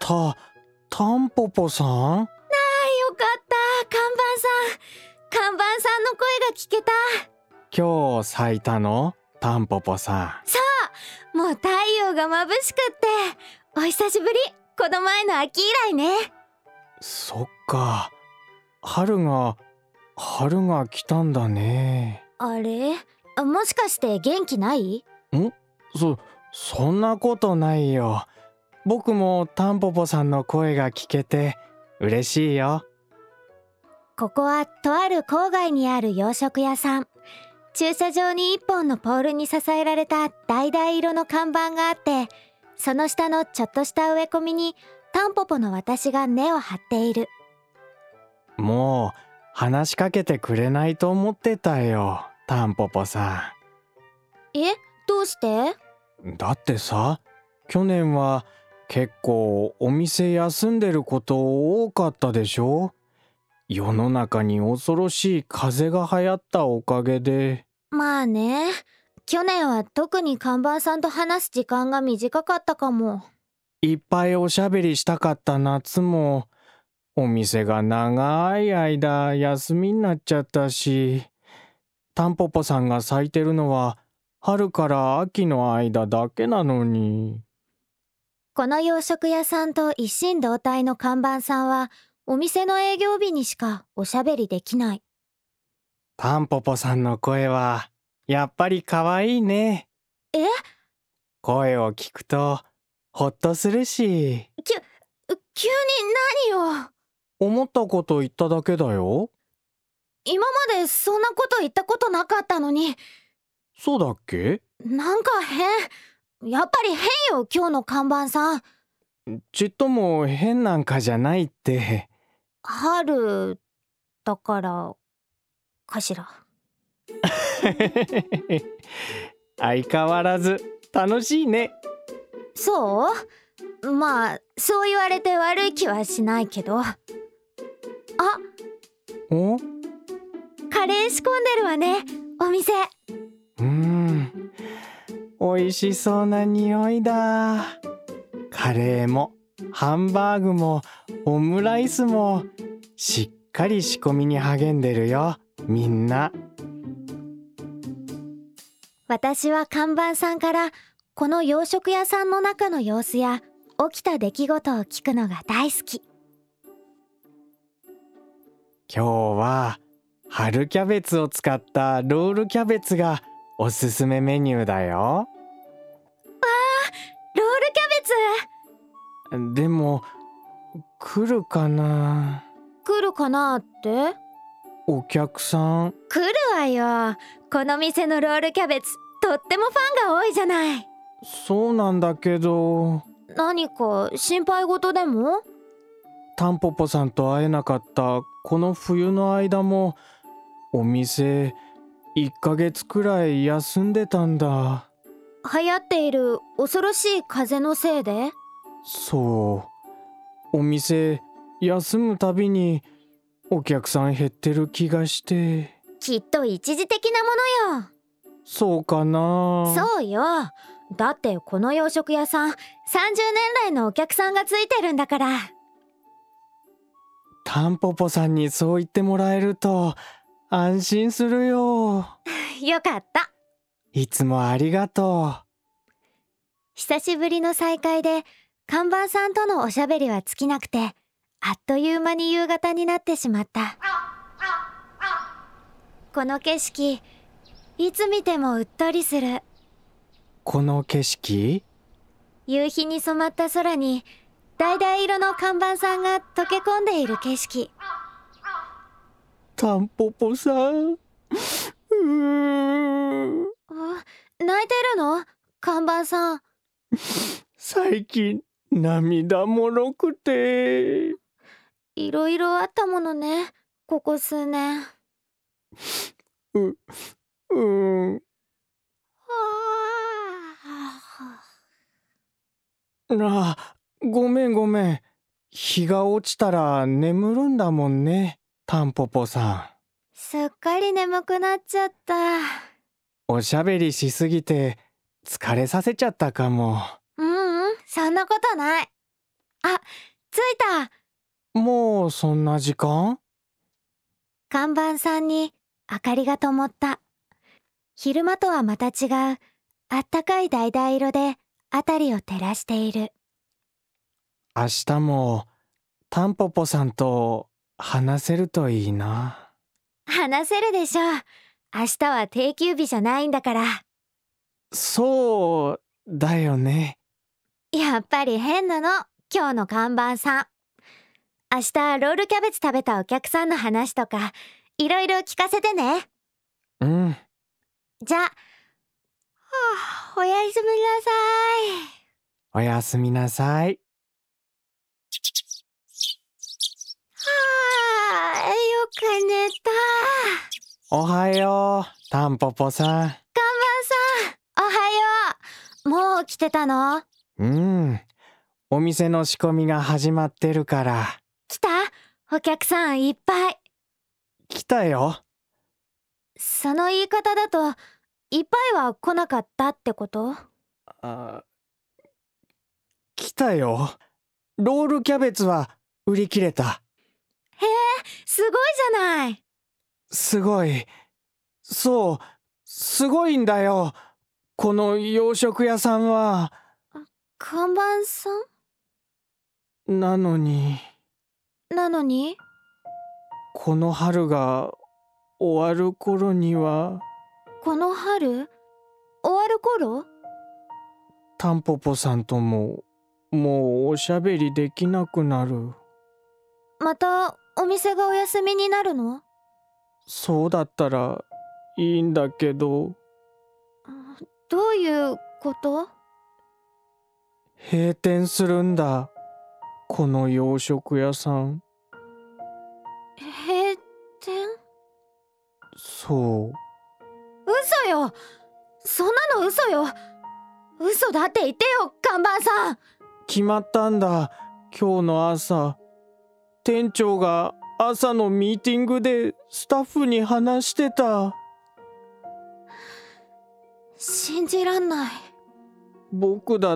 タンポポさん？ よかった、看板さんの声が聞けた。 今日咲いたの？タンポポさん。 そう、もう太陽が眩しくってお久しぶり。この前の秋以来ね。 そっか、春が来たんだね。 あれ、もしかして元気ない？ そんなことないよ。僕もタンポポさんの声が聞けて嬉しいよ。 ここはとある郊外にある洋食屋さん。駐車場に一本のポールに支えられた橙色の看板があって、その下のちょっとした植え込みにタンポポの私が根を張っている。 もう話しかけてくれないと思ってたよ、タンポポさん。どうして？ だってさ、去年は結構お店休んでること多かったでしょ？世の中に恐ろしい風が流行ったおかげで。 まあね、去年は特に看板さんと話す時間が短かったかも。 いっぱいおしゃべりしたかった夏もお店が長い間休みになっちゃったし、タンポポさんが咲いてるのは春から秋の間だけなのに。 この洋食屋さんと一心同体の看板さんはお店の営業日にしかおしゃべりできない。 タンポポさんの声はやっぱり可愛いね。声を聞くとほっとするし。 急に何を？ 思ったこと言っただけだよ。 今までそんなこと言ったことなかったのに。 そうだっけ？ なんか変。やっぱり変よ、今日の看板さん。 ちっとも変なんかじゃないって。 春だからかしら。 相変わらず楽しいね。 そう？まあそう言われて悪い気はしないけど。 お？ カレー仕込んでるわね、お店。 美味しそうな匂いだ。カレーもハンバーグもオムライスもしっかり仕込みに励んでるよ、みんな。 私は看板さんからこの洋食屋さんの中の様子や起きた出来事を聞くのが大好き。 今日は春キャベツを使ったロールキャベツがおすすめメニューだよ。 ロールキャベツ？ でも来るかな？ 来るかなって？ お客さん。 来るわよ。この店のロールキャベツとってもファンが多いじゃない。 そうなんだけど。 何か心配事でも？ タンポポさんと会えなかったこの冬の間もお店1ヶ月くらい休んでたんだ。 流行っている恐ろしい風のせいで？ そう、お店休むたびにお客さん減ってる気がして。 きっと一時的なものよ。 そうかな？ そうよ。だってこの洋食屋さん30年来のお客さんがついてるんだから。 タンポポさんにそう言ってもらえると安心するよ。 よかった。 いつもありがとう。 久しぶりの再会で看板さんとのおしゃべりは尽きなくて、あっという間に夕方になってしまった。この景色いつ見てもうっとりする。 この景色？ 夕日に染まった空に橙色の看板さんが溶け込んでいる景色。 タンポポさん。 泣いてるの？看板さん。 最近涙もろくて。 いろいろあったものね、ここ数年。 ごめん。日が落ちたら眠るんだもんね、タンポポさん。 すっかり眠くなっちゃった。 おしゃべりしすぎて疲れさせちゃったかも。 そんなことない。 あ、着いた。 もうそんな時間？ 看板さんに明かりが灯った。昼間とはまた違うあったかい橙色で辺りを照らしている。 明日もタンポポさんと話せるといいな。 話せるでしょう。明日は定休日じゃないんだから。 そうだよね。 やっぱり変なの、今日の看板さん。明日ロールキャベツ食べたお客さんの話とかいろいろ聞かせてね。 うん。 じゃあ、おやすみなさい。 おやすみなさい。 よく寝た。 おはよう、タンポポさん。 看板さん、おはよう。もう来てたの？ お店の仕込みが始まってるから。 来た？お客さんいっぱい。 来たよ。 その言い方だと、いっぱいは来なかったってこと？ 来たよ。ロールキャベツは売り切れた。 へえ、すごいじゃない。 すごい。そう、すごいんだよ。この洋食屋さんは。 看板さん？なのにこの春が終わる頃には。 この春？終わる頃？ タンポポさんともうおしゃべりできなくなる。 またお店がお休みになるの？ そうだったらいいんだけど。 どういうこと？ 閉店するんだ、この洋食屋さん。 閉店？ そう。 嘘よ。そんなの嘘よ。嘘だって言ってよ、看板さん。 決まったんだ、今日の朝。店長が朝のミーティングでスタッフに話してた。 信じらんない。 僕だって。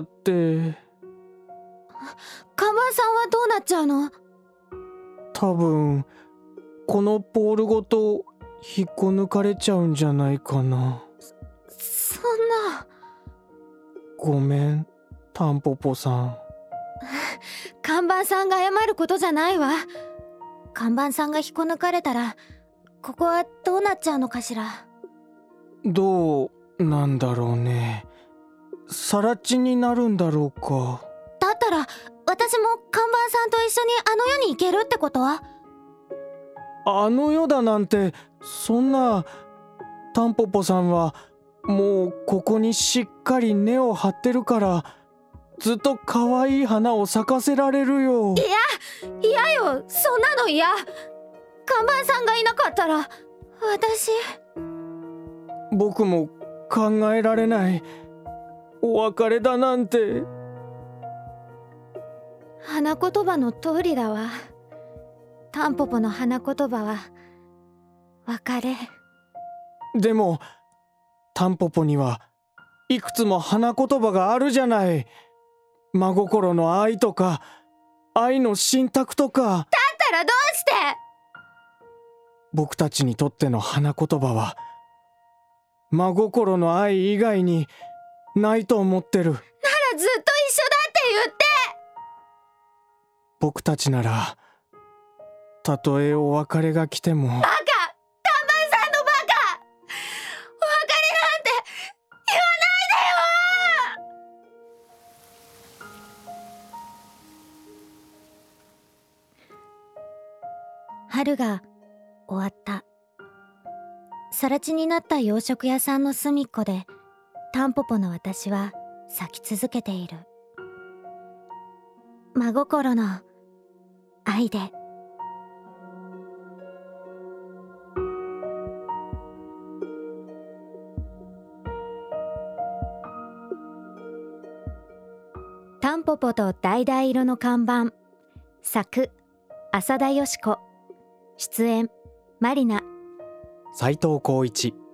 看板さんはどうなっちゃうの？ 多分このポールごと引っこ抜かれちゃうんじゃないかな。 そんな。 ごめん、タンポポさん。 看板さんが謝ることじゃないわ。看板さんが引っこ抜かれたらここはどうなっちゃうのかしら。 どうなんだろうね。更地になるんだろうか。 だったら私も看板さんと一緒にあの世に行けるってこと？ あの世だなんて、そんな。タンポポさんはもうここにしっかり根を張ってるから、ずっと可愛い花を咲かせられるよ。 嫌よ、そんなの嫌。看板さんがいなかったら私。 僕も考えられない。お別れだなんて。 花言葉の通りだわ。タンポポの花言葉は別れ。 でもタンポポにはいくつも花言葉があるじゃない。真心の愛とか愛の信託とか。 だったらどうして？ 僕たちにとっての花言葉は真心の愛以外にないと思ってる。 ならずっと一緒だって言って。 僕たちならたとえお別れが来ても。 バカ！看板さんのバカ！お別れなんて言わないでよ！春が終わった。更地になった洋食屋さんの隅っこでタンポポの私は咲き続けている。真心の愛で。タンポポと橙色の看板。作浅田よし子。出演マリナ。 斉藤浩一。